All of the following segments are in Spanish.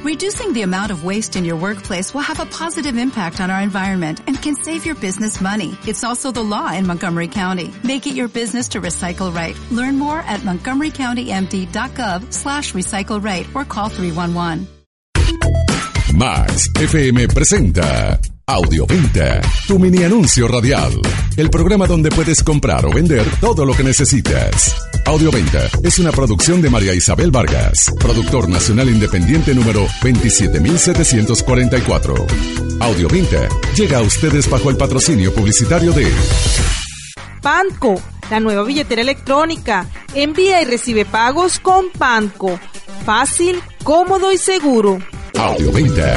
Reducing the amount of waste in your workplace will have a positive impact on our environment and can save your business money. It's also the law in Montgomery County. Make it your business to recycle right. Learn more at montgomerycountymd.gov/recycle right or call 311. Max FM presenta Audioventa, tu mini anuncio radial. El programa donde puedes comprar o vender todo lo que necesitas. Audioventa es una producción de María Isabel Vargas, productor nacional independiente número 27744. Audioventa llega a ustedes bajo el patrocinio publicitario de Panco, la nueva billetera electrónica. Envía y recibe pagos con Panco. Fácil, cómodo y seguro. Audioventa.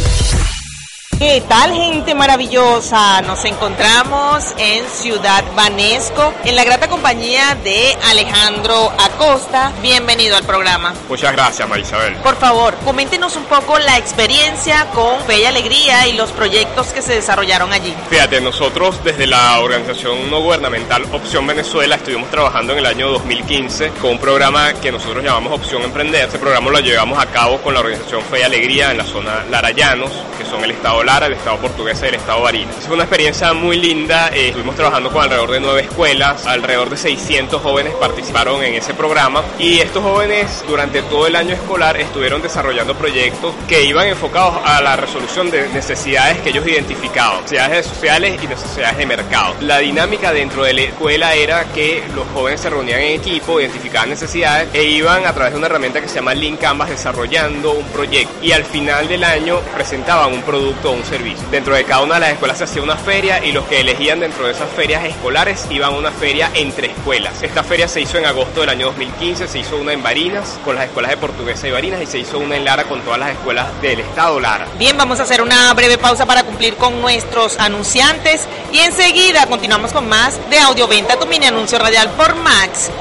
¿Qué tal, gente maravillosa? Nos encontramos en Ciudad Banesco, en la grata compañía de Alejandro Acosta. Bienvenido al programa. Muchas gracias, María Isabel. Por favor, coméntenos un poco la experiencia con Fe y Alegría y los proyectos que se desarrollaron allí. Fíjate, nosotros desde la organización no gubernamental Opción Venezuela estuvimos trabajando en el año 2015 con un programa que nosotros llamamos Opción Emprender. Ese programa lo llevamos a cabo con la organización Fe y Alegría en la zona Larallanos, que son el estado Lara, el estado Portuguesa y el estado Barinas. Fue una experiencia muy linda. Estuvimos trabajando con alrededor de 9 escuelas, alrededor de 600 jóvenes participaron en ese programa y estos jóvenes durante todo el año escolar estuvieron desarrollando proyectos que iban enfocados a la resolución de necesidades que ellos identificaban, necesidades sociales y necesidades de mercado. La dinámica dentro de la escuela era que los jóvenes se reunían en equipo, identificaban necesidades e iban a través de una herramienta que se llama Link Canvas desarrollando un proyecto y al final del año presentaban un producto o un servicio. Dentro de cada una de las escuelas se hacía una feria y los que elegían dentro de esas ferias escolares iban a una feria entre escuelas. Esta feria se hizo en agosto del año 2015, se hizo una en Barinas con las escuelas de Portuguesa y Barinas y se hizo una en Lara con todas las escuelas del estado Lara. Bien, vamos a hacer una breve pausa para cumplir con nuestros anunciantes y enseguida continuamos con más de Audioventa, tu mini anuncio radial por Max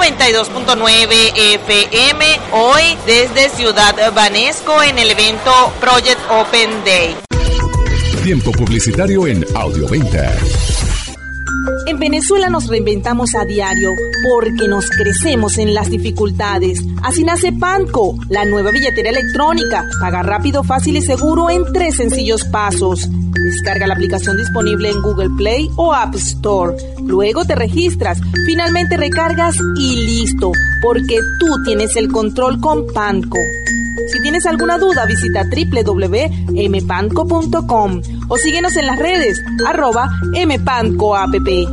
92.9 FM, hoy desde Ciudad Banesco en el evento Project Open Day. Tiempo publicitario en Audioventa. En Venezuela nos reinventamos a diario porque nos crecemos en las dificultades. Así nace Panco, la nueva billetera electrónica. Paga rápido, fácil y seguro en 3 sencillos pasos. Descarga la aplicación disponible en Google Play o App Store. Luego te registras, finalmente recargas y listo, porque tú tienes el control con Panco. Si tienes alguna duda, visita www.mpanco.com o síguenos en las redes, @mpancoapp.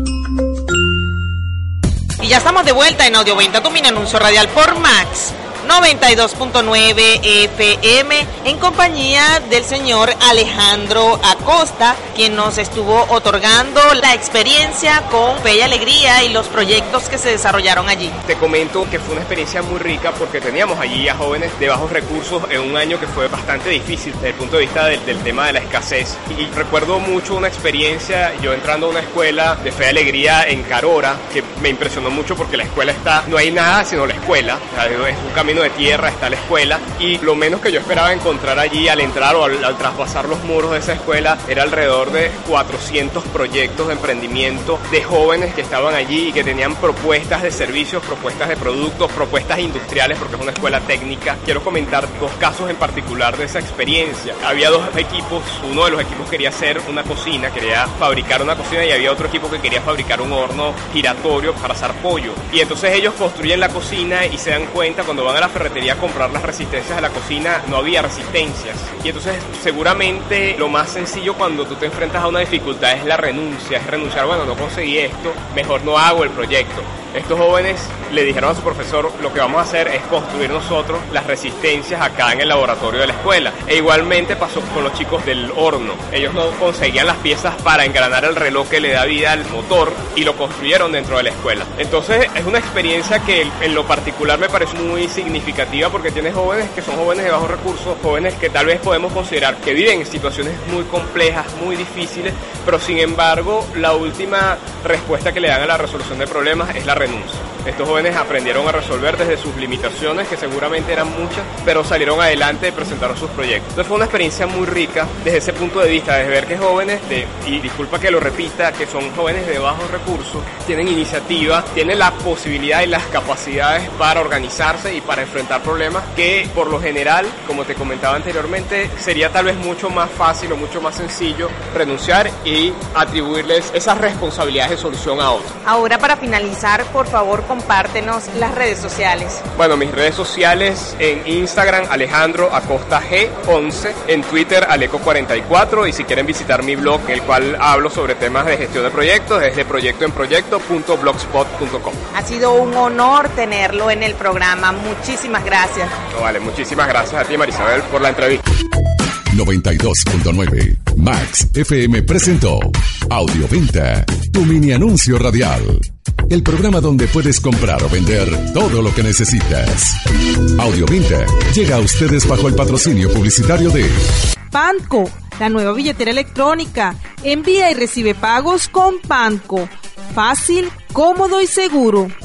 Y ya estamos de vuelta en Audioventa, tu mini anuncio radial por Max 92.9 FM en compañía del señor Alejandro Acosta, quien nos estuvo otorgando la experiencia con Fe y Alegría y los proyectos que se desarrollaron allí. Te comento que fue una experiencia muy rica porque teníamos allí a jóvenes de bajos recursos en un año que fue bastante difícil desde el punto de vista del tema de la escasez. Y recuerdo mucho una experiencia, yo entrando a una escuela de Fe y Alegría en Carora, que me impresionó mucho porque la escuela no hay nada sino la escuela, o sea, es un camino de tierra, está la escuela y lo menos que yo esperaba encontrar allí al entrar o al traspasar los muros de esa escuela era alrededor de 400 proyectos de emprendimiento de jóvenes que estaban allí y que tenían propuestas de servicios, propuestas de productos, propuestas industriales porque es una escuela técnica. Quiero comentar 2 casos en particular de esa experiencia. Había 2 equipos, uno de los equipos quería hacer una cocina, quería fabricar una cocina y había otro equipo que quería fabricar un horno giratorio para asar pollo y entonces ellos construyen la cocina y se dan cuenta cuando van a la ferretería a comprar las resistencias de la cocina, no había resistencias. Y entonces seguramente lo más sencillo cuando tú te enfrentas a una dificultad es la renuncia, es renunciar, bueno, no conseguí esto, mejor no hago el proyecto. Estos jóvenes le dijeron a su profesor, lo que vamos a hacer es construir nosotros las resistencias acá en el laboratorio de la escuela. E igualmente pasó con los chicos del horno. Ellos no conseguían las piezas para engranar el reloj que le da vida al motor y lo construyeron dentro de la escuela. Entonces es una experiencia que en lo particular me parece muy significativa porque tienes jóvenes que son jóvenes de bajos recursos, jóvenes que tal vez podemos considerar que viven en situaciones muy complejas, muy difíciles, pero sin embargo la última respuesta que le dan a la resolución de problemas es la renuncia. Estos jóvenes aprendieron a resolver desde sus limitaciones, que seguramente eran muchas, pero salieron adelante y presentaron sus proyectos. Entonces fue una experiencia muy rica desde ese punto de vista, desde ver que jóvenes y disculpa que lo repita, que son jóvenes de bajos recursos, tienen iniciativas, tienen la posibilidad y las capacidades para organizarse y para enfrentar problemas que por lo general, como te comentaba anteriormente, sería tal vez mucho más fácil o mucho más sencillo renunciar y atribuirles esas responsabilidades de solución a otros. Ahora, para finalizar, por favor, compártenos las redes sociales. Bueno, mis redes sociales en Instagram, Alejandro Acosta G11, en Twitter, Aleco44, y si quieren visitar mi blog, en el cual hablo sobre temas de gestión de proyectos, es de proyectoenproyecto.blogspot.com. Ha sido un honor tenerlo en el programa. Muchísimas gracias. Vale, muchísimas gracias a ti, Marisabel, por la entrevista. 92.9 Max FM presentó Audioventa, tu mini anuncio radial. El programa donde puedes comprar o vender todo lo que necesitas. Audioventa llega a ustedes bajo el patrocinio publicitario de Panco, la nueva billetera electrónica. Envía y recibe pagos con Panco. Fácil, cómodo y seguro.